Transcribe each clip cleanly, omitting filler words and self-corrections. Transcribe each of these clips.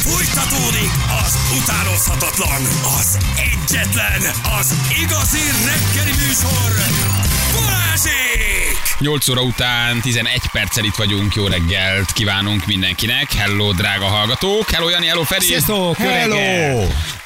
Fújtatódik az utánozhatatlan, az egyetlen, az igazi reggeli műsor, Balázsék! 8 óra után 11 perccel itt vagyunk, jó reggelt kívánunk mindenkinek. Hello, drága hallgatók. Hello, Jani, hello, Feri. Sziasztok, hello.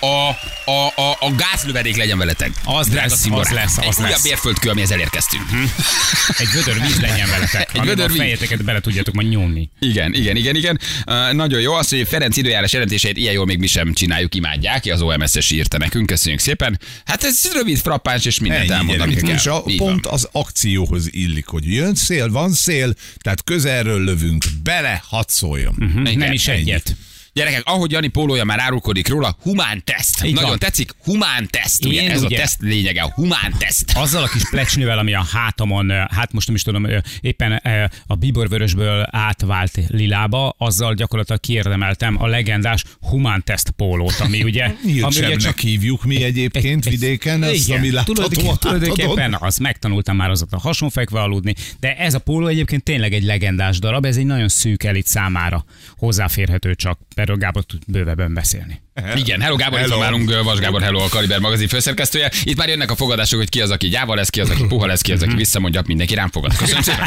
A gázlövedék legyen veletek. Az lesz. Egy újabb mérföldkő, amihez elérkeztünk. Egy vödör víz legyen veletek. Egy vödör víz. A fejeteket bele tudjátok majd nyomni. Igen. Nagyon jó. Azt, hogy Ferenc időjárás jelentéseit ilyen jól még mi sem csináljuk, imádják. Az OMS-es írta nekünk, köszönjük szépen. Hát ez rövid, frappáns, és mindent elmond, amit kell. És pont az akcióhoz illik, hogy jön szél, van szél, tehát közelről lövünk bele, hadd szóljon. Nem is egyet. Gyerekek, ahogy Jani pólója már árulkodik róla, humán teszt. Nagyon tetszik, humán teszt. Ugye ez a teszt lényege, a humán teszt. Azzal a kis plecsnivel, ami a hátamon, hát most nem is tudom, éppen a bíborvörösből átvált lilába, azzal gyakorlatilag kiérdemeltem a legendás humán teszt pólót, ami ugye... Nyíltsebbnek hívjuk mi egyébként vidéken, ezt, ami látható. Tulajdonképpen az, megtanultam már azokra hasonfekve aludni, de ez a póló egyébként tényleg egy legendás darab, ez egy nagyon szűk elit számára hozzáférhető csak. Erről Gábor tud bővebben beszélni. Igen, hello Gábor, itt várunk, Vas Gábor, hello, a Kaliber magazin főszerkesztője. Itt már jönnek a fogadások, hogy ki az, aki gyáva lesz, ki az, aki puha lesz, ki az, aki visszamondja, mindenki rám fogad. Köszönöm szépen.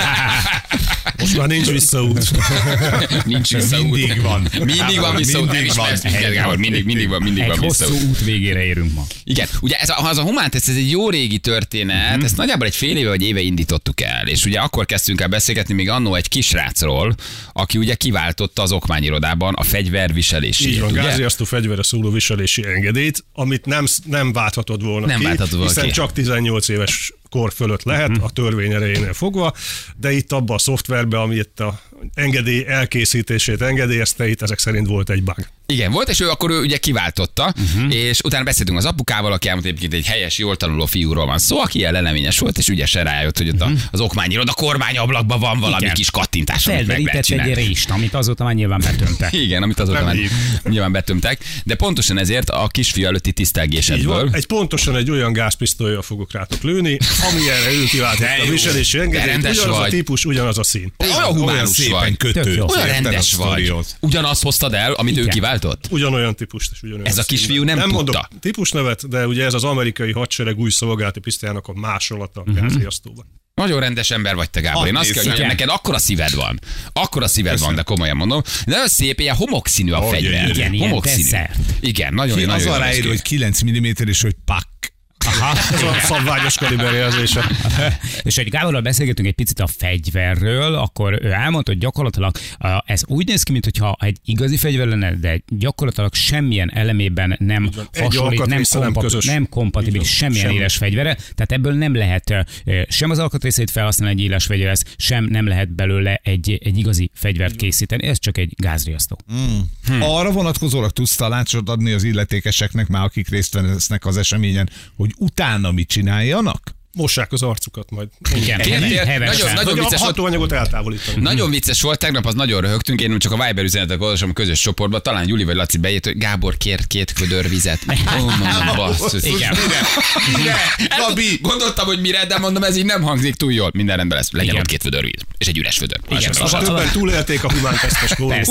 Most már nincs visszaút. Nincs visszaút. Mindig van. Mindig van visszaút. Gábor, mindig van visszaút. Hosszú út végére érünk ma. Igen, ugye ez a humánteszt, ez egy jó régi történet, ezt nagyjából egy fél éve vagy éve indítottuk el, és ugye akkor kezdtünk el beszélgetni még annó egy kisrácról, aki ugye kiváltotta az okmányirodában a fegyverviselését. Így van, gázriasztó fegyverre szóló viselési engedélyt, amit nem válthatod volna hiszen csak 18 éves kor fölött lehet, a törvény erejénél fogva, de itt abba a szoftverbe, ami itt a engedély elkészítését engedélyezte, itt ezek szerint volt egy bug. Igen, volt, és ő ugye kiváltotta, és utána beszéltünk az apukával, aki elmondta, egyébként egy helyes, jól tanuló fiúról van szó, aki ilyen leleményes volt, és ügyesen rájött, hogy ott az okmányiroda kormányablakban van valami kis kattintás, amit meg lehet csinálni. Egy rést, amit azóta már nyilván betömtek. Igen, amit azóta már nyilván betömtek, de pontosan ezért a kisfiú előtti tisztelgésedből. Pontosan egy olyan gázpisztollyal fogok rátok lőni, amilyenre ő kiváltotta a viselési engedélyt, ugyanaz a típus, ugyanaz a szín. Olyan humánus vagy. Olyan rendes vagy. Ugyanazt hoztad el, amit ő kiváltott? Ugyanolyan típust és ugyanolyan. Ez a kisfiú nem tudta. Mondok típusnevet, de ugye ez az amerikai hadsereg új szolgálati pisztolyának a másolata a gázriasztóban. Nagyon rendes ember vagy te, Gábor. Én azt kell, hogy neked akkora szíved van. Akkora szíved van, de komolyan mondom. De nagyon szép, ilyen homokszínű a fegyver. Igen, homokszínű. Igen, nagyon az arra írja, hogy 9 mm és hogy pak. Aha, ez a szabványos kaliberjelzése. És hogy Gáborral beszélgetünk egy picit a fegyverről, akkor ő elmondta, hogy gyakorlatilag ez úgy néz ki, mintha egy igazi fegyver lenne, de gyakorlatilag semmilyen elemében nem hasonlít, nem kompatibilis semmilyen éles fegyvere, tehát ebből nem lehet sem az alkatrészét felhasználni egy éles fegyverhez, sem nem lehet belőle egy igazi fegyvert készíteni, ez csak egy gázriasztó. Arra vonatkozólag tudsz tanácsot adni az illetékeseknek, már akik részt vesznek az eseményen, hogy utána mit csináljanak? Mossák az arcukat majd. Igen. Nagyon vicces hatóanyagot eltávolítani. Nagyon vicces volt, tegnap az nagyon röhögtünk, én csak a Viber üzenetet olvasom a közös csoportban, talán Gyuli vagy Laci beírt, hogy Gábor kér 2 ködör vizet. Basszus. Igen. Gondoltam, hogy mire, de mondom, ez így nem hangzik túl jól. Minden rendben lesz, legyen ott 2 födör víz. És egy üres födör. Igen, többen túlélték a humántesztes kórumot.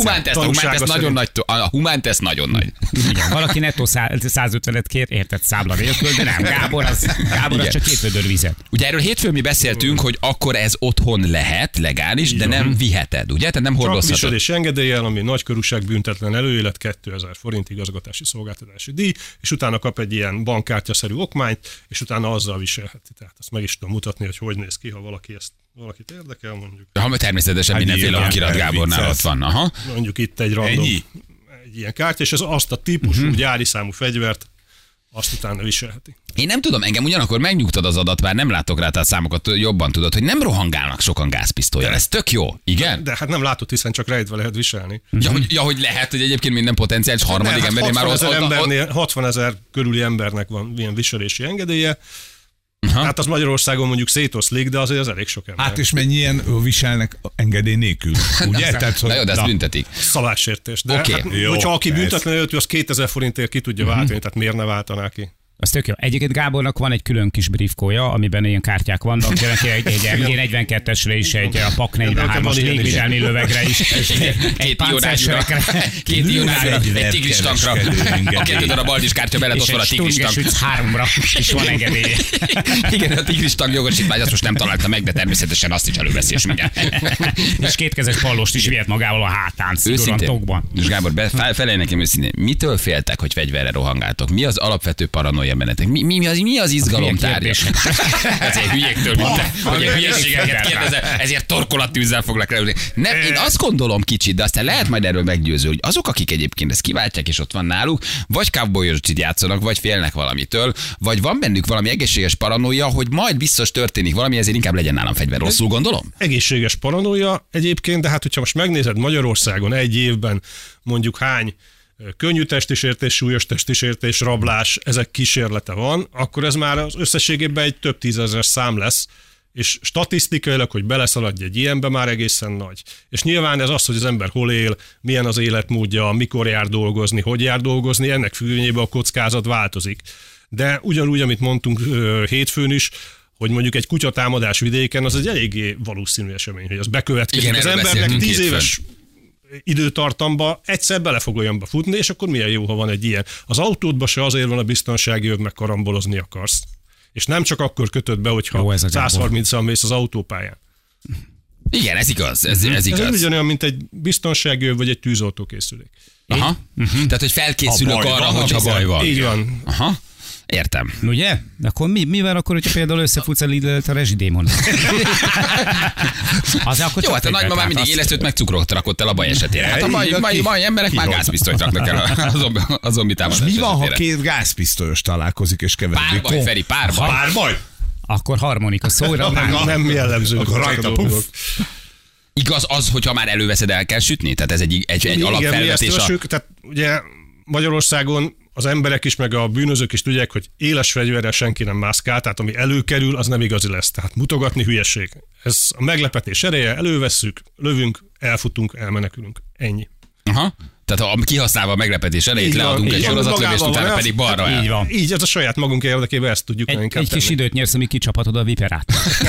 A humánteszt nagyon nagy. Igen, valaki nettó 150-et kér, érted, számla nélkül, de nem. Gábor az csak 2 födör víz. Ugye erről hétfőn mi beszéltünk, hogy akkor ez otthon lehet, legális, de nem viheted, ugye? Tehát nem hordozhatod. Csak viselési engedéllyel, ami nagykörűség büntetlen előélet, 2000 forint igazgatási szolgáltatási díj, és utána kap egy ilyen bankkártyaszerű okmányt, és utána azzal viselheti. Tehát azt meg is tudom mutatni, hogy néz ki, ha valakit érdekel, mondjuk. Ha természetesen mindenféle okirat Gábornál ott van. Aha. Mondjuk itt egy random, egy ilyen kártya, és ez azt a típusú gyári számú fegyvert azt utána viselheti. Én nem tudom, engem ugyanakkor megnyugtad az adat, már nem látok rá, tehát számokat jobban tudod, hogy nem rohangálnak sokan gázpisztollyal. Ez tök jó, igen? De hát nem látod, hiszen csak rejtve lehet viselni. Hogy lehet, hogy egyébként minden potenciális harmadik embernél már 60 000 körüli embernek van ilyen viselési engedélye. Hát az Magyarországon mondjuk szétoszlik, de azért az elég sok ember. Hát és mennyien viselnek engedély nélkül, ugye? Tehát, hogy, de ezt büntetik. Szabálysértés. De hogyha aki büntetlen előtt, az 2000 forintért ki tudja váltani, tehát miért ne váltaná ki? Az tök jó. Egyébként Gábornak van egy külön kis briefkója, amiben ilyen kártyák vannak. Egy MG42-esre is, egy a PAK 43-as légvédelmi lövegre is. Két ionágyra, egy tigris tankra. A 2 darab Baldis kártya mellett ott van a tigris tank. És 3-ra is van engedélye. Igen, a tigris tank jogosítvány, azt most nem találta meg, de természetesen azt is előveszi, és mindjárt. És kétkezes pallost is vihet magával a hátán, szigorúan tokban. És Gábor, felelj nekem őszintén, mitől féltek, hogy fegyverre rohangáltok? Mi az alapvető paranoia bennetek? Mi az izgalom tárgya? Ezért hülyéktől, hogy hülyeségeket kérdezel, ezért torkolattűzzel foglak leülni. Nem, én azt gondolom kicsit, de aztán lehet majd erről meggyőző, hogy azok, akik egyébként ezt kiváltják, és ott van náluk, vagy cowboyoscsit játszanak, vagy félnek valamitől, vagy van bennük valami egészséges paranoia, hogy majd biztos történik valami, ezért inkább legyen nálam fegyver. Rosszul gondolom? Egészséges paranoia egyébként, de hát hogyha most megnézed Magyarországon egy évben mondjuk hány könnyű testisértés, súlyos testisértés, rablás, ezek kísérlete van, akkor ez már az összességében egy több tízezer szám lesz, és statisztikailag, hogy beleszaladj egy ilyenbe, már egészen nagy. És nyilván ez az, hogy az ember hol él, milyen az életmódja, mikor jár dolgozni, hogy jár dolgozni, ennek függvényében a kockázat változik. De ugyanúgy, amit mondtunk hétfőn is, hogy mondjuk egy kutyatámadás vidéken, az egy eléggé valószínű esemény, hogy az bekövetkezik. Igen, az embernek 10 éves időtartamba egyszer bele fog olyanba futni, és akkor milyen jó, ha van egy ilyen. Az autódba se azért van a biztonsági öv, meg karambolozni akarsz. És nem csak akkor kötöd be, hogyha 130-al mész az autópályán. Igen, ez igaz. Ez igaz. Ez ugyanolyan, mint egy biztonsági öv, vagy egy tűzoltókészülék. Aha. Tehát, hogy felkészülök arra, hogyha baj van. Így van. Aha. Értem. Ugye? De akkor mi van akkor, hogyha például összefutsz a Lidl-t a rezsidémon? Jó, hát a nagymamám mindig élesztőt meg cukrot rakott el a baj esetére. Hát a mai emberek már gázpisztolyt raknak el a zombi támadás esetére. Mi van, ha két gázpisztolyos találkozik és keveredik? Párbaj, Feri, párbaj. Párbaj? Akkor harmonika szóra. Nem jellemző. Akkor rajta puf. Igaz az, hogyha már előveszed, el kell sütni? Tehát ez egy alapfelvetés. Tehát ugye Magyarországon az emberek is, meg a bűnözők is tudják, hogy éles fegyverrel senki nem mászkál, tehát ami előkerül, az nem igazi lesz. Tehát mutogatni hülyeség. Ez a meglepetés ereje, elővesszük, lövünk, elfutunk, elmenekülünk. Ennyi. Aha. Tehát ha kihasználva a meglepetés elejét leadunk egy sorozatlövést, utána pedig balra el. Így van. Így, ez a saját magunk érdekében ezt tudjuk inkább egy kis időt nyersz, amíg kicsaphatod a viperát.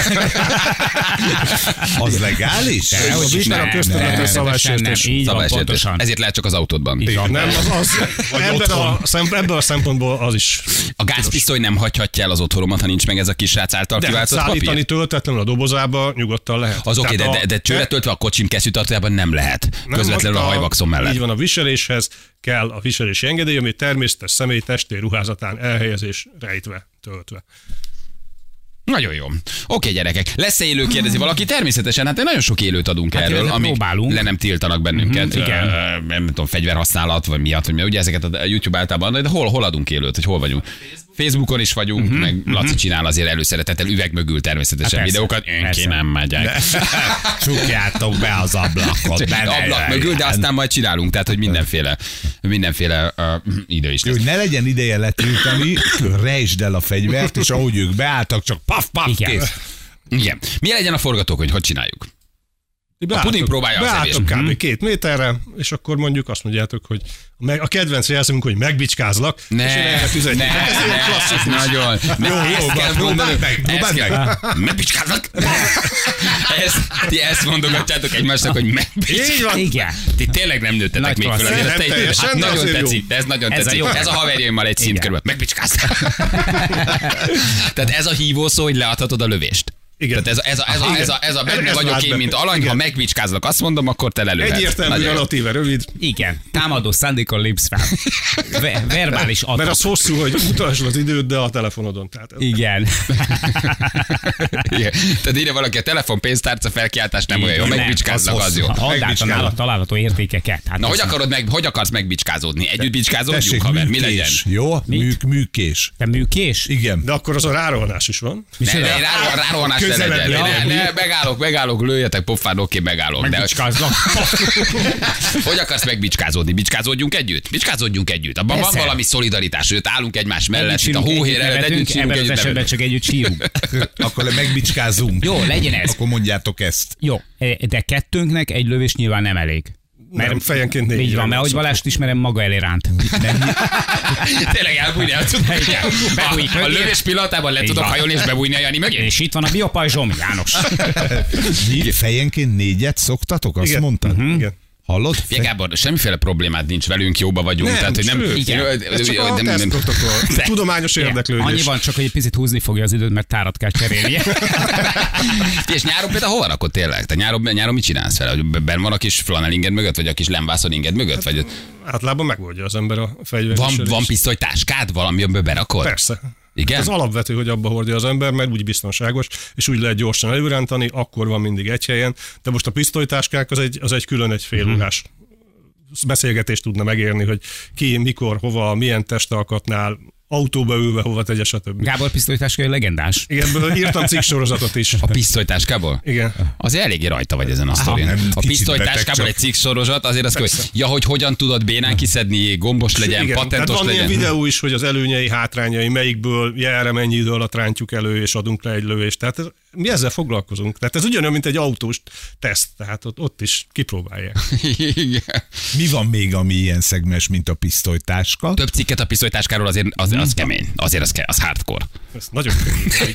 Az legális? A viper a közterületen szabálysértés. Ezért lehet csak az autódban. Nem, ebből a szempontból az is. A gázpisztoly nem hagyhatja el az otthonomat, ha nincs meg ez a kis srác által kiváltott papír? Szállítani töltetlenül a dobozába nyugodtan lehet. Az oké, de csőre töltve a kocsim kesztyűtartójában nem lehet. Közvetlenül a hajvaxon mellett. Így van, a viseléshez kell a viselési engedély, ami természetes személy testé ruházatán elhelyezés rejtve, töltve. Nagyon jó. Oké, gyerekek. Lesz-e élő, kérdezi valaki? Természetesen, hát nagyon sok élőt adunk erről, amíg le nem tiltanak bennünket. Igen. Nem tudom, fegyverhasználat, vagy miatt, vagy ugye ezeket a YouTube általában, de hol adunk élőt, hogy hol vagyunk? Facebookon is vagyunk, meg Laci csinál azért előszeretettel üveg mögül természetesen videókat. Ki nem megyek. Csukjátok be az ablakot. Ablak mögül, de aztán majd csinálunk, tehát hogy mindenféle idő is lesz. Hogy ne legyen ideje letiltani, rejtsd el a fegyvert, és ahogy ők beálltak, csak paf, kész. Igen. Mi legyen a forgatókönyv, hogy csináljuk? A puding próbálja az evést. Kb. 2 méterre, és akkor mondjuk azt mondjátok, hogy a kedvenc jelzőnk, hogy megbicskázlak. Nagyon. Próbáld meg. Megbicskázlak. Ti ezt mondogatjátok egymásnak, hogy megbicskázlak. Igen. Ti tényleg nem nőttetek még fel. Nagyon tetszik. Ez nagyon tetszik. Ez a haverjaimmal egy szint körül. Megbicskázlak. Tehát ez a hívószó, hogy leadhatod a lövést. Igen. Tehát ez a benne vagyok én, mint alany, ha megvicskázlak, azt mondom, akkor te lelőhetsz. Egyértelmű, relatíve rövid. Igen. Támadó szándékkal lépsz fel. Verbális atok. Mert az hosszú, hogy utasd az időt, de a telefonodon. Tehát igen. Igen. Tehát ide valaki a telefon pénztárca felkiáltás nem olyan jó, megvicskáznak, az jó. Add át a nála található értékeket. Hát na, hogy akarsz megbicskázódni? Együtt bicskázódjunk, haver? Mi legyen? Jó? Műkés. Te műkés? Igen. De akkor az a rárohanás is van. Rárohanás ne legyen. Megállok, lőjetek pofán, oké, megállok. Megbicskázlak. Hogy akarsz megbicskázódni? Bicskázódjunk együtt? Bicskázódjunk együtt. Abban van valami szolidaritás, hogy állunk egymás mellett, itt a hóhér előtt együtt sírunk. Ebben az esetben csak együtt sírunk. Akkor megbicskázunk. Jó, legyen ez. Akkor mondjátok ezt. Jó, de kettőnknek egy lövés nyilván nem elég. Nem, fejenként 4. Így van, mert ahogy Balást ismerem, maga elé ránt. Tényleg elbújni el tudod. A lövés pillanatában le tudok hajolni és bebújni a Jani mögé. És itt van a biopajzsom, János. Fejenként 4 szoktatok, azt mondtad? Igen. Hallod? Gábor, semmiféle problémád nincs velünk, jóba vagyunk. Nem, tehát, hogy nem, ez csak a tesztprotokoll. Tudományos érdeklődés. Annyiban csak, hogy egy picit húzni fogja az időt, mert tárat kell cserélnie. És nyáron például hova rakod tényleg? Te nyáron mit csinálsz vele? Hogy benn van a kis flanel inged mögött, vagy a kis lemvászon inged mögött? Vagy... Általában megoldja az ember a fegyverviselést. Van pisztolytáskád? Valami, amiben berakod? Persze. Igen? Az alapvető, hogy abba hordja az ember, mert úgy biztonságos, és úgy lehet gyorsan előrántani, akkor van mindig egy helyen. De most a pisztolytáskák az egy külön egy fél órás beszélgetést tudna megérni, hogy ki, mikor, hova, milyen testalkatnál, autóba ülve, hova tegye, stb. Gábor pisztolytáskai legendás. Igen, írtam cikksorozatot is. A pisztolytáskából? Igen. Azért eléggé rajta vagy ezen a sztorin. A pisztolytáskából egy cikksorozat, azért az hogy hogyan tudod bénán kiszedni, gombos legyen, igen, patentos van legyen. Van ilyen videó is, hogy az előnyei, hátrányai, melyikből jelre mennyi idő alatt rántjuk elő, és adunk le egy lövést. Tehát mi ezzel foglalkozunk. Tehát ez ugyanolyan, mint egy autós teszt, tehát ott is kipróbálják. Igen. Mi van még, ami ilyen szegmens, mint a pisztolytáska? Több cikket a pisztolytáskáról azért az kemény. Azért az hardcore. Ez nagyon kemény.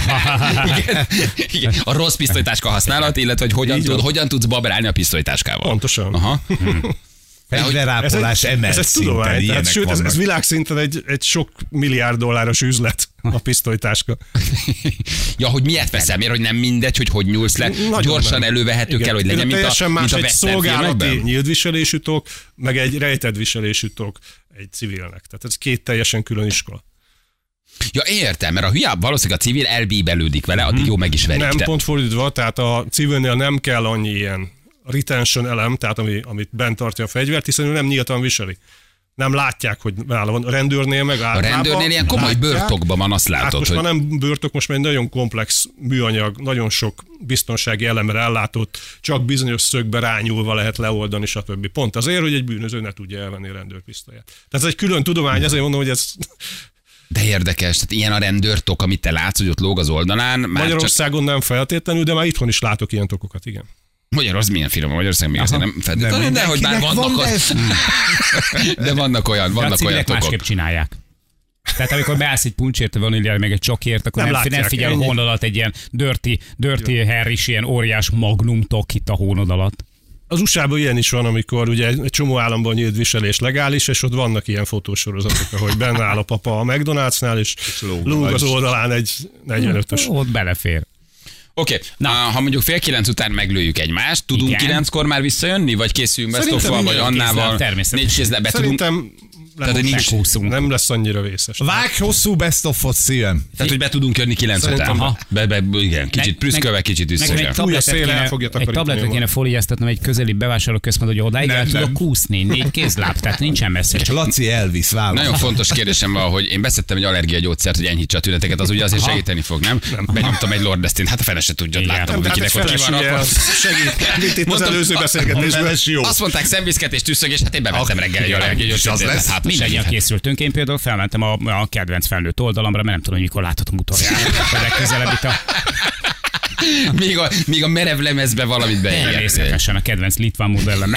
Igen. A rossz pisztolytáska használat, illetve hogy hogyan tudsz babrálni a pisztolytáskával. Pontosan. Aha. Fegyverápolás emelt szinten. Tehát, sőt, ez világszinten egy sok milliárd dolláros üzlet a pisztolytáska. Ja, hogy miért veszel? Miért, hogy nem mindegy, hogy nyúlsz le? Nagyon gyorsan nem. elővehető kell, hogy legyen, mint a más egy szolgálati filmekben? nyílt viselésű tok, meg egy rejtett viselésű tok egy civilnek. Tehát ez két teljesen külön iskola. Ja, értem, mert valószínűleg a civil elbíbelődik vele, addig jó meg is verik. Nem, pont fordítva, tehát a civilnél nem kell annyi ilyen retention elem, tehát amit bent tartja a fegyvert, hiszen ő nem nyíltan viseli. Nem látják, hogy nála van. A rendőrnél meg általában. A rendőrnél ilyen komoly börtokban van, azt látod. Hát most hogy... már nem börtök, most már egy nagyon komplex műanyag, nagyon sok biztonsági elemre ellátott, csak bizonyos szögbe rányúlva lehet leoldani, stb. Pont azért, hogy egy bűnöző ne tudja elvenni a rendőrpisztolyát. Tehát ez egy külön tudomány, ezért mondom, hogy ez... De érdekes, tehát ilyen a rendőrtok, amit te látsz, hogy ott lóg az oldalán. Magyarországon nem feltétlenül, de már itthon is látok ilyen tokokat, igen. Magyarország milyen film? Magyarország még azért nem feltétlenül, de hogy már vannak de vannak olyan tokok. Másképp csinálják. Tehát amikor beállsz egy puncsért, vaníliára, meg egy csokért, akkor nem figyel a hónod alatt egy ilyen dirty Harris, ilyen óriás magnum tok itt a hónod alatt. Az USA-ban ilyen is van, amikor ugye egy csomó államban nyílt viselés legális, és ott vannak ilyen fotósorozatok, ahogy benne áll a papa a McDonald'snál, és lóg az oldalán egy 45-ös. Ott belefér. Oké, ha mondjuk 8:30 után meglőjük egymást, tudunk 9-kor már visszajönni, vagy készülünk Bestoffal, vagy Annával? Természetesen. 4 kézláb, Szerintem nem lesz annyira vészes. Vágj hosszú Bestoffot, szívem. Tehát, hogy be tudunk jönni 9 után. Igen, kicsit prüszkölve, kicsit üszögve. Egy tabletet kéne fóliáztatnom egy közeli bevásárlóközpont, hogy odáig el tudok kúszni. 4 kézláb, tehát nincsen messze. Csak Laci elvisz, vállal. Nagyon fontos kérdésem van, hogy én beszedtem egy allergiagyógyszert, hogy enyhítse a tüneteket, az ugye azért segíteni fog, nem? Benyomtam egy Lordestin, hát a fele se tudja, láttam, hogy kinek ott ki van rakva. Segít, itt az előző beszélgetésben. Azt mondták szemviszketés, tüsszögés, hát én bevettem reggel egy allergiagyógyszert. Mindannyian készültünk, én például felmentem a kedvenc felnőtt oldalamra, mert nem tudom, hogy mikor láthatom utoljára. Legközelebb itt Még a merev lemezbe valamit beírják. Természetesen a kedvenc litván modellem.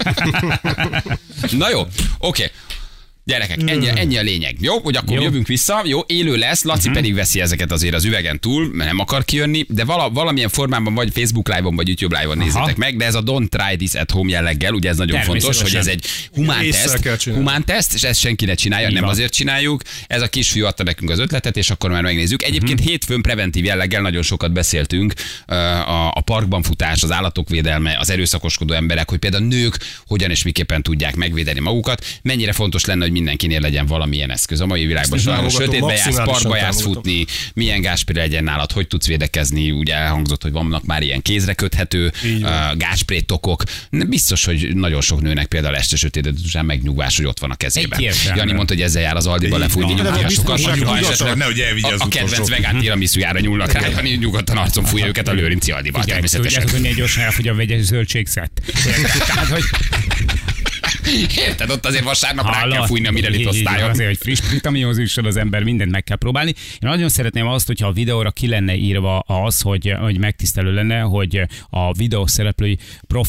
Na jó, oké. Gyerekek, ennyi a lényeg. Jó, hogy akkor jövünk vissza, jó, élő lesz, Laci pedig veszi ezeket azért az üvegen túl, mert nem akar kijönni, de valamilyen formában vagy Facebook Live-on, vagy YouTube Live-on nézzétek meg, de ez a Don't Try This at Home jelleggel, ugye ez nagyon fontos, hogy ez egy humán teszt, és ezt senki ne csinálja, nem azért csináljuk. Ez a kisfiú adta nekünk az ötletet, és akkor már megnézzük. Egyébként hétfőn preventív jelleggel nagyon sokat beszéltünk a parkban futás, az állatok védelme, az erőszakoskodó emberek, hogy például nők hogyan és miképpen tudják megvédeni magukat. Mennyire fontos lenne, hogy mindenkinél legyen valamilyen eszköz. A mai világban sajnos sötétbe jársz, parkba jársz futni, milyen gáspray legyen nálad, hogy tudsz védekezni. Ugye elhangzott, hogy vannak már ilyen kézre köthető gáspray tokok. Biztos, hogy nagyon sok nőnek például este sötétedett után megnyugvás, hogy ott van a kezében. Jani mondta, hogy ezzel jár az Aldiba lefújni nyugdíjasokat. A kedvenc vegán tiramisújára nyúlnak rá, Jani nyugodtan arcon fújja őket a Lőrinci Aldiba. Természetesen. Tudjátok, hogy milyen gyorsan elfogy a vegyes zöldségszett. Érted, ott azért vasárnap rá kell fújni a Mirelit osztályon. Azért, hogy friss vitaminhoz jusson az ember, mindent meg kell próbálni. Én nagyon szeretném azt, hogyha a videóra ki lenne írva az, hogy megtisztelő lenne, hogy a videó szereplői profi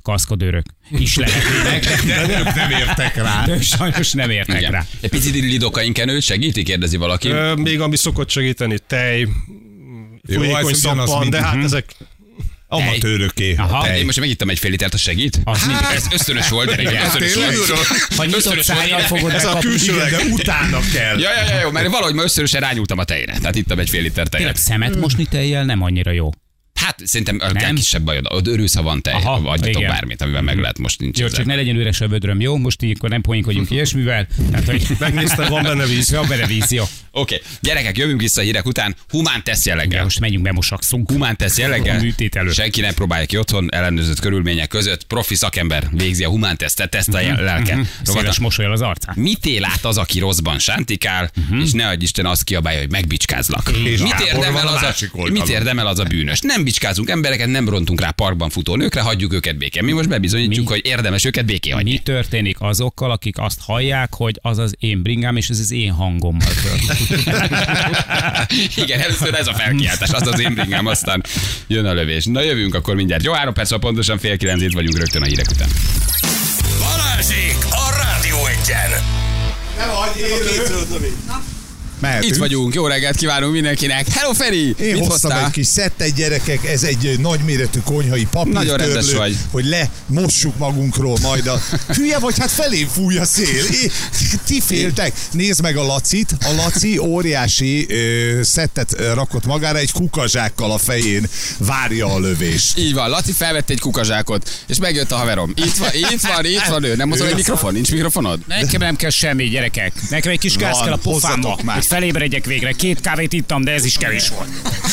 kaszkadőrök is lehetnének. De ők nem értek rá. De sajnos nem értek rá. Egy picit lidokain kenőt segíti, kérdezi valaki. Még ami szokott segíteni, tej, folyékony szappan, de hát ezek... Amatőröké. Én most megittem egy fél litert, az segít? Ez ösztönös volt, de ösztönös volt. Ha nyitott szájjal fogod ez a külsőleg, de utána kell. Ja, mert valahogy ma ösztönösen rányúltam a tejre. Tehát ittam egy fél liter tejet. Tényleg szemet mosni tejjel nem annyira jó. Hát szerintem a kisebb bajod, ott örülsz, ha van tej, adjatok bármit, amivel meg lehet, most nincs. Jó, csak ne legyen üres a vödröm, jó? Most így akkor nem poénkodjunk ilyesmivel. Tehát, hogy megnéztem, van benne víz. Van benne víz, jó. Oké, gyerekek, jövünk vissza a hírek után. Humán teszt jelleggel. Most menjünk, bemosakszunk. Humán teszt jelleggel. A műtét előtt. Senki ne próbálja ki otthon, ellenőrzött körülmények között. Profi szakember végzi a humán tesztet, teszt a lelke. Széles mosolyal az arcán. Mit él át az, aki rosszban sántikál, és ne adj Isten azt kiabálja, hogy megbicskázlak. Mit érdemel az a bűnös? Nem bicskázunk embereket, nem rontunk rá parkban futó nőkre, hagyjuk őket békén. Mi most bebizonyítjuk, hogy érdemes őket békén hagyni. Mi történik azokkal, akik azt hallják, hogy az az én bringám, és ez az én hangommal történik? Igen, először ez a felkiáltás, az én bringám, aztán jön a lövés. Na jövünk akkor mindjárt. Jó, 3 perc, pontosan 8:30 itt vagyunk rögtön a hírek után. Balázsék a Rádió Egyen. Nem hagyj élő. Itt vagyunk, jó reggelt kívánunk mindenkinek. Hello Feri! Én mit hoztam egy kis szettet, gyerekek, ez egy nagyméretű konyhai papírtörlő, hogy lemossuk magunkról majd a... Hülye vagy, hát felém fúj a szél. Ti féltek. Nézd meg a Lacit. A Laci óriási szettet rakott magára, egy kukazsákkal a fején várja a lövést. Így van, Laci felvette egy kukazsákot, és megjött a haverom. Itt van ő. Nem mozog egy mikrofon? Nincs mikrofonod? Nekem nem kell semmi, gyerekek. Nekem egy kis gáz kell a pofámba. Felébredjek végre. 2 kávét ittam, de ez is kevés volt.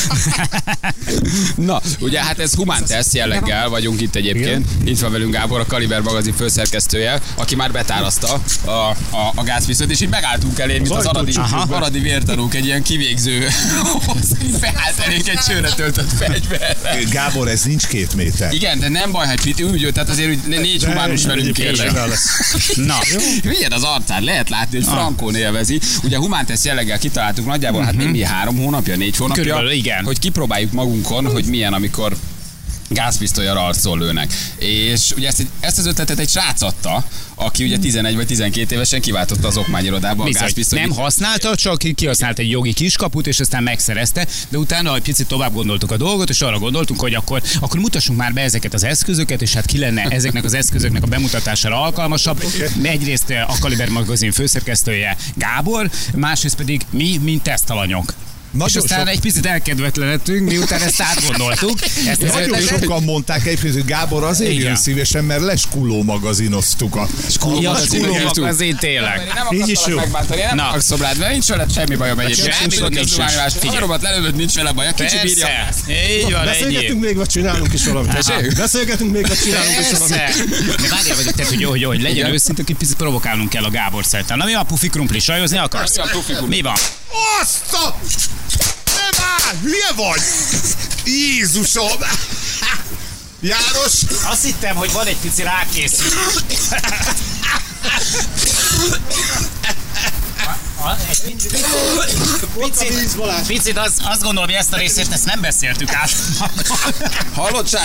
Na, ugye hát ez humán teszt jelleggel vagyunk itt egyébként. Itt van velünk Gábor, a Kaliber magazin főszerkesztője, aki már betárazta a gázpisztolyt, és így megálltunk elé, mint az aradi vértanúk, egy ilyen kivégző, beállt elénk egy csőre töltött fegyver. Gábor, ez nincs 2 méter. Igen, de nem baj, hogy úgy, tehát azért 4 humánus velünk kérlek. Na, milyen az arcán, lehet látni, hogy Frankón élvezi. Ugye humán teszt jelleggel kitaláltuk nagyjából, hát még 3 hónapja, 4 hónapja, körülbelül, igen, hogy kipróbáljuk magunkon, hogy milyen, amikor gázpisztollyal arccal lőnek. És ugye ezt az ötletet egy srác adta, aki ugye 11 vagy 12 évesen kiváltotta az okmányirodában a gázpisztolyt. Nem használta, csak kihasznált egy jogi kiskaput, és aztán megszerezte, de utána egy picit tovább gondoltuk a dolgot, és arra gondoltunk, hogy akkor mutassunk már be ezeket az eszközöket, és hát ki lenne ezeknek az eszközöknek a bemutatására alkalmasabb. Egyrészt a Kaliber magazin főszerkesztője Gábor, másrészt pedig mi, mint tesztalanyok. És aztán egy picit elkedvetlenedtünk, miután ezt átgondoltuk. Nagyon sokan mondták egyébként, hogy Gábor azért jön szívesen, mert leskuló magazinoztuk a Skuló magazin, tényleg. Így is jó. Nem akarsz szobrád, mert nincs veled semmi bajom egyébként. Haveromat lelövöd, nincs vele baj. Kicsi bírja. Így van, beszélgetünk még, vagy csinálunk is valamit. Beszélgetünk még, vagy csinálunk is valamit. De várjál vagyok, tehát, hogy legyen őszintén, hogy picit provokálnunk kell a Gábor szerintem. Na mi van, pufi krumpli, sajozni akarsz? Mi van? Azt a... Nem áll! Hülye vagy? Jézusom! János! Azt hittem, hogy van egy pici rákészülés. Picit azt gondolom, hogy ezt a részét ezt nem beszéltük át. Hallod, srác?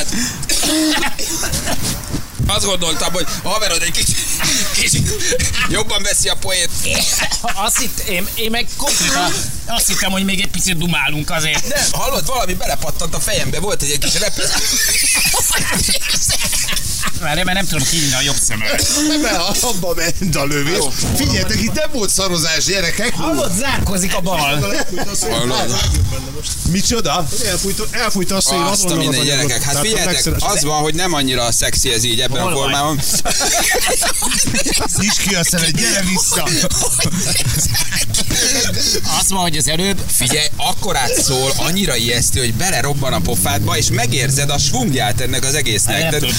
Azt gondoltam, hogy a haverod egy kicsit jobban veszi a poét. Én meg konkrétan azt hittem, hogy még egy picit dumálunk azért. Nem, hallod, valami belepattant a fejembe, volt egy kis repülés. Mert nem tudom kinyitni a jobb szemet. Mert abba ment a lövés. Figyeljetek, itt nem volt szarozás, gyerekek. Hallod, zárkozik a bal. Micsoda? Elfújta a szél. Azt a minden gyerekek. Hát figyeljetek, az van, hogy nem annyira szexi ez így ebben a formában. Nincs ki a szemed, gyere vissza. Azt van, hogy az előbb... Figyelj, akkorát szól, annyira ijesztő, hogy belerobban a pofádba, és megérzed a svungját ennek az egésznek. Nem tudom,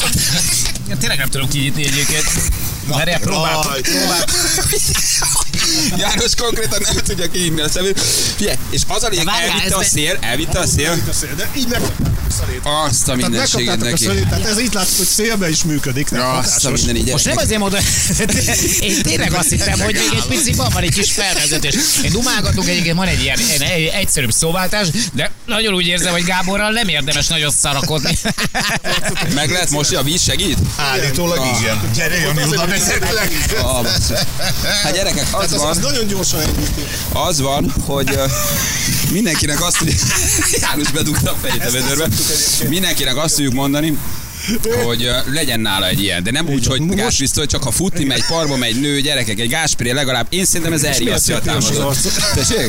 tényleg nem tudom kinyitni egyébként. Mert próbáltam. János konkrétan nem tudja kihinni a szemét. Figyelj, és az a lényeg, elvitte a szél. De így megkapták a szalét. Azt a mindenséget neki. Tehát ez itt látszik, hogy szélben is működik. Azt a minden így. Most nem azért mondom, én tényleg azt hittem, hogy még egy pici van egy kis felvezetés. Én dumálgatunk, egyébként van egy ilyen egyszerűbb szóváltás, de nagyon úgy érzem, hogy Gáborral nem érdemes nagyon szarakodni. Meg lehet most, a víz segít? Állítólag igen. Gyere, jön oda vezetlek. Hát gyerekek, az van. Nagyon gyorsan az van, hogy mindenkinek azt tudjuk, János bedugta a fejét a vezérbe, mindenkinek azt tudjuk mondani, hogy legyen nála egy ilyen, de nem úgy, hogy gázpisztoly, csak ha futni megy, parba megy, nő, gyerekek, egy gázspré legalább, én szerintem ez elriasztja a támadót. Tessék?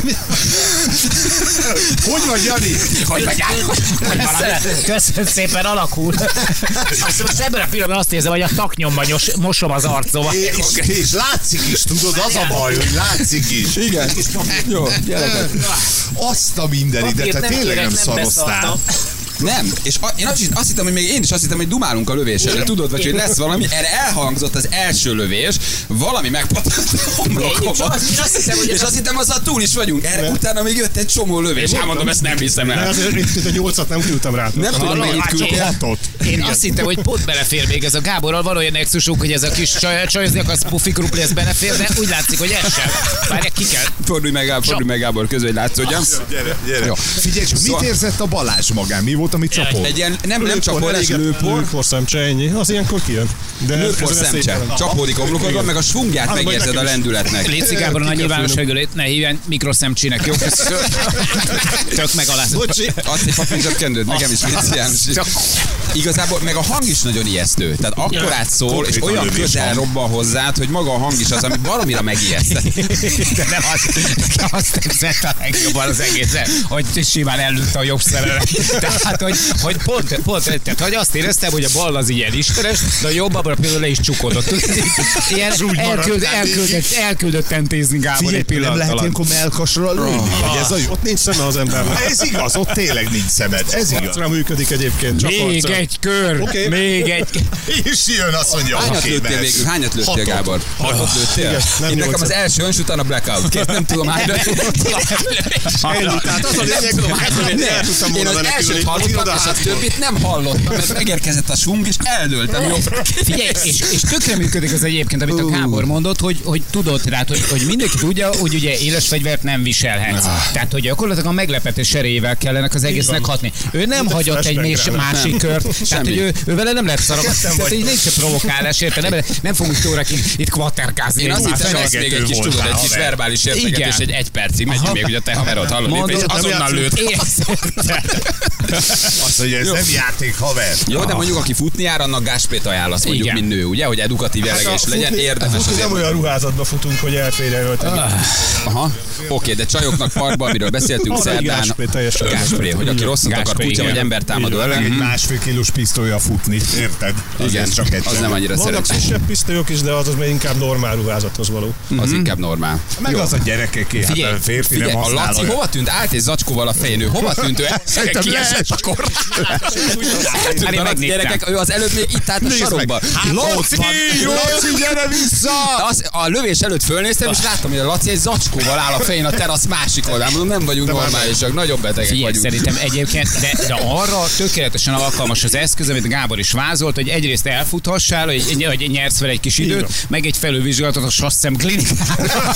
Hogy vagy, Jani? Hogy vagy, köszönöm szépen, alakul. Most ebben a pillanatban azt érzem, hogy a taknyomban mosom az arcomat. És látszik is, tudod, az a baj, hogy látszik is. Igen. Jó, gyerekek. Azt a mindenit, de te tényleg nem szaroztál. Nem, és én azt hittem, hogy még én is azt hittem, hogy dumálunk a lövésre, tudod, vagy hogy lesz valami, erre elhangzott az első lövés, valami megpattant a homlokomba, és azt hittem, azzal túl is vagyunk, erre utána még jött egy csomó lövés, mondom, ezt nem hiszem el. Itt a 8-at nem küldtem rá. Nem tudom, mennyit küldtél. Én azt hittem, hogy pont belefér még ez a Gáborral, van olyan nexusunk, hogy ez a kis csajozni akarsz pufi krupli, ez belefér, de úgy látszik, hogy ez sem. Várják, ki kell. Fordulj meg Gábor közül, hogy látszódjam. Gyere. Figyelj, mit érzett a Balázs magán? Mi volt, amit csapott? Egy ilyen, nem csapolás, lőpor. Lőpor szemcse, ennyi. Az ilyenkor kijön. Lőpor szemcse. Csapódik homlokodban, meg a svungját megérzed a lendületnek. Léci Gábor, a nagy nyilvánosságról ne hívján mikroszemcsének, jó? Tök megaláz. Bocsi. Azt egy papírt kendőd, nekem is Léci János. Igazából meg a hang is nagyon ijesztő. Tehát akkorát szól, és olyan közel robban hozzád, hogy maga a hang is az, ami valamira megijesztett. De nem azt tetszett a legjobban az egészen, hogy simán ellőtte a jobb szememet. Tehát, hogy pont, tehát, hogy azt éreztem, hogy a bal az ilyen istenes, de a jobb abban például le is csukódott. Ilyen elküldött tentézni Gábor egy pillanat alatt. Nem lehet ilyenkor melkasra lőni? Ott nincs szeme az embernek. Ez igaz, ott tényleg nincs szemed. Ez igaz. Arcra működik egyébként. Még egy kör, még egy. És jön, azt mondja, Hányat lőttél, Gábor? 6 lőttél? Én nekem az első öns, utána blackout. Két nem tudom hányra. Tehát az a lényeg, hogy én az elsőt hallottam, és a többit nem hallottam, mert megérkezett a svung, és eldőltem jobbra. Figyelj, és tökre működik az egyébként, amit a Gábor mondott, hogy tudod rá, hogy mindenki tudja, hogy ugye éles fegyvert nem viselhetsz. Tehát, hogy gyakorlatilag a meglepetés erejével kellene az egésznek hatni. Ő nem hagyott egy másik kört, tehát, hogy ő vele nem lehet szarakodni. Tehát, hogy nincs provokálás, érte, nem fogunk tórakig itt kvatterkázni. Én azt hittem, hogy még egy kis, tudod, egy kis verbális értegetés, egy percig megyünk még, hogy a te haverod hallod, és azonnal lőtt. Azt mondja, ez nem játék, haver. Jó, de mondjuk, aki futni jár, annak gásprét ajánlasz, mondjuk, mint nő, ugye, hogy edukatív jelleges is legyen, érdemes azért. Nem olyan ruházatba futunk, hogy elférjen ölteni. Aha, oké, de csajoknak parkban, amiről beszéltünk szerdán, gáspré, hogy aki rosszat akar kutya, vagy embertámadó ellen. Egy 1,5 kilós pisztolya futni, érted? Igen, az nem annyira szeretsző. Vannak kisebb pisztolyok is, de az még inkább normál ruházathoz való. Az inkább normál. Meg az a gyerekeké, hát a férfi nem használ. A Laci hova tűnt? Állt egy zacskóval a fején, ő hova tűnt? Ő kiesett akkor. Gyerekek, ő az előbb még itt állt a sarokban. Laci, gyere vissza! A lövés előtt fölnéztem, és láttam, hogy a Laci egy zacskóval áll a fején a terasz másik oldalán. Mondom, nem vagyunk normálisak, nagyon betegek vagyunk. Szerintem egyébként, de arra tökéletesen alkalmas az eszköz, amit Gábor is vázolt, hogy egyrészt elfuthassál, hogy nyersz fel egy kis időt, meg egy felülvizsgálatot a Sasszem klinikára.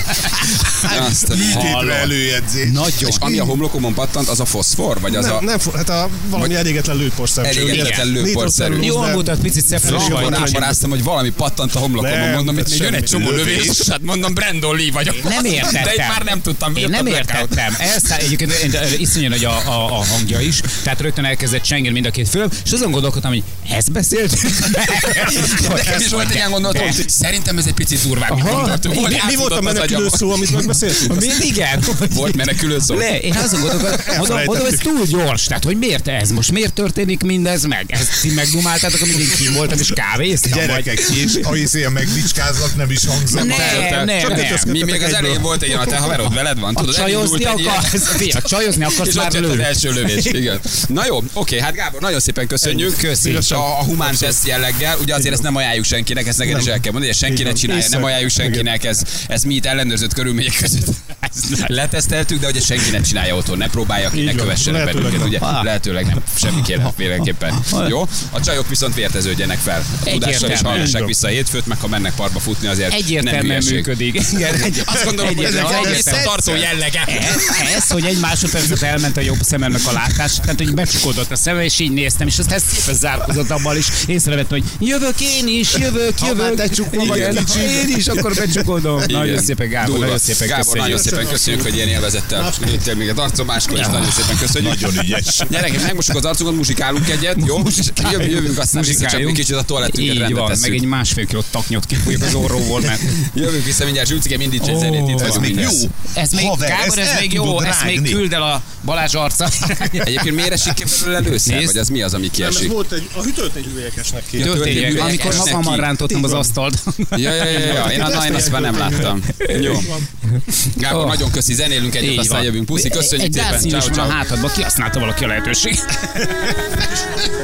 Műtétre előjegyzés. Nagyon. És ami a homlokomon pattant, az a foszfor? Vagy az nem, hát valami elégetlen lőporszerű. Elégetlen lőporszerű. Jól mutat, picit szeptember. Jól áparáztam, hogy valami pattant a homlokomon, mondom, itt még jön egy csomó lövés, hát mondom, Brandon Lee vagyok. Nem értettem. De itt már nem tudtam. Én nem értettem. Egyébként iszonyú nagy a hangja is, tehát rögtön elkezdett csengeni mind a két film, és azon gondolkodtam, hogy ezt beszélt? Nekem is volt egy ilyen gondolatom, szerintem ez egy picit durvább, mint gondoltuk. Mi volt a menekülő szó, amit megbeszéltünk? Igen. Volt menekülő szó. Én azon gondolkodom, ez túl gyors, tehát hogy miért ez? Most miért történik mindez meg? Ezt ti megdumáltátok, amíg én kim voltam és kávéztam? Gyerekek, és ahogy meglicskáznak, nem is hangzott. Nem. Mi még az elején volt egy olyan, te haverod veled van, tudod, csajozni akarsz már lőni. Az első lövés, igen. Na jó, oké, hát Gábor, nagyon szépen köszönjük. A humán teszt jelleggel, ugye azért ezt nem ajánljuk senkinek, ezt neked is el kell mondani, hogy senki ne csinálja, nem ajánljuk senkinek, ez mi itt ellenőrzött körülmények között leteszteltük, de ugye senki ne csinálja otthon, ne próbálja ki, ne kövessenek bennünket, ugye lehetőleg nem, semmiképpen. Jó? A csajok viszont vérteződjenek fel. A tudással és hallgassák vissza a hétfőt, meg ha mennek parkba futni, azért egyértelműen működik. Azt gondolom, hogy ez egy tartó jellege. Ez, hogy egy másodpercet elment a jobb szememnek a látás, tehát hogy becsukódott a szeme, és így néztem, és aztán szépen zárkozott abban is. Észrevettem, hogy jövök én is. Én is, akkor becsukódom. Nagyon szépen, Gábor, nagyon szépen Gábor, nagyon szépen köszönjük, hogy ilyen élvezettel ültél még az arcom, máskor is nagyon szépen köszönjük. Nagyon ügyes. Gyerekek, megmosuk az arcunkat, muzsikálunk egyet, jó? Jövünk, aztán vissza csak egy kicsit a toalettünket rendet tesszük. Meg egy másfél kilót taknyot kifújjuk az orróból, mert... Jövünk vissza mindjárt, Zsülcike, indíts egy zenét, itt ez még jó. Ez még, Gábor, ez még jó, ezt még küld el a Balázs arca. Egyébként miért esik ki belőle először? Vagy az mi az, ami kiesik? A hűtőtényüvegekesnek ki. Amikor magammal rántottam az asztalt. Ja, én azt már nem láttam. Jó. Gábor, nagyon köszi, zenélünk egyet, aztán jövünk. Puszi, köszönjük szépen. Egy dálszín is van a hátadban, kihasználta valaki a lehetőség.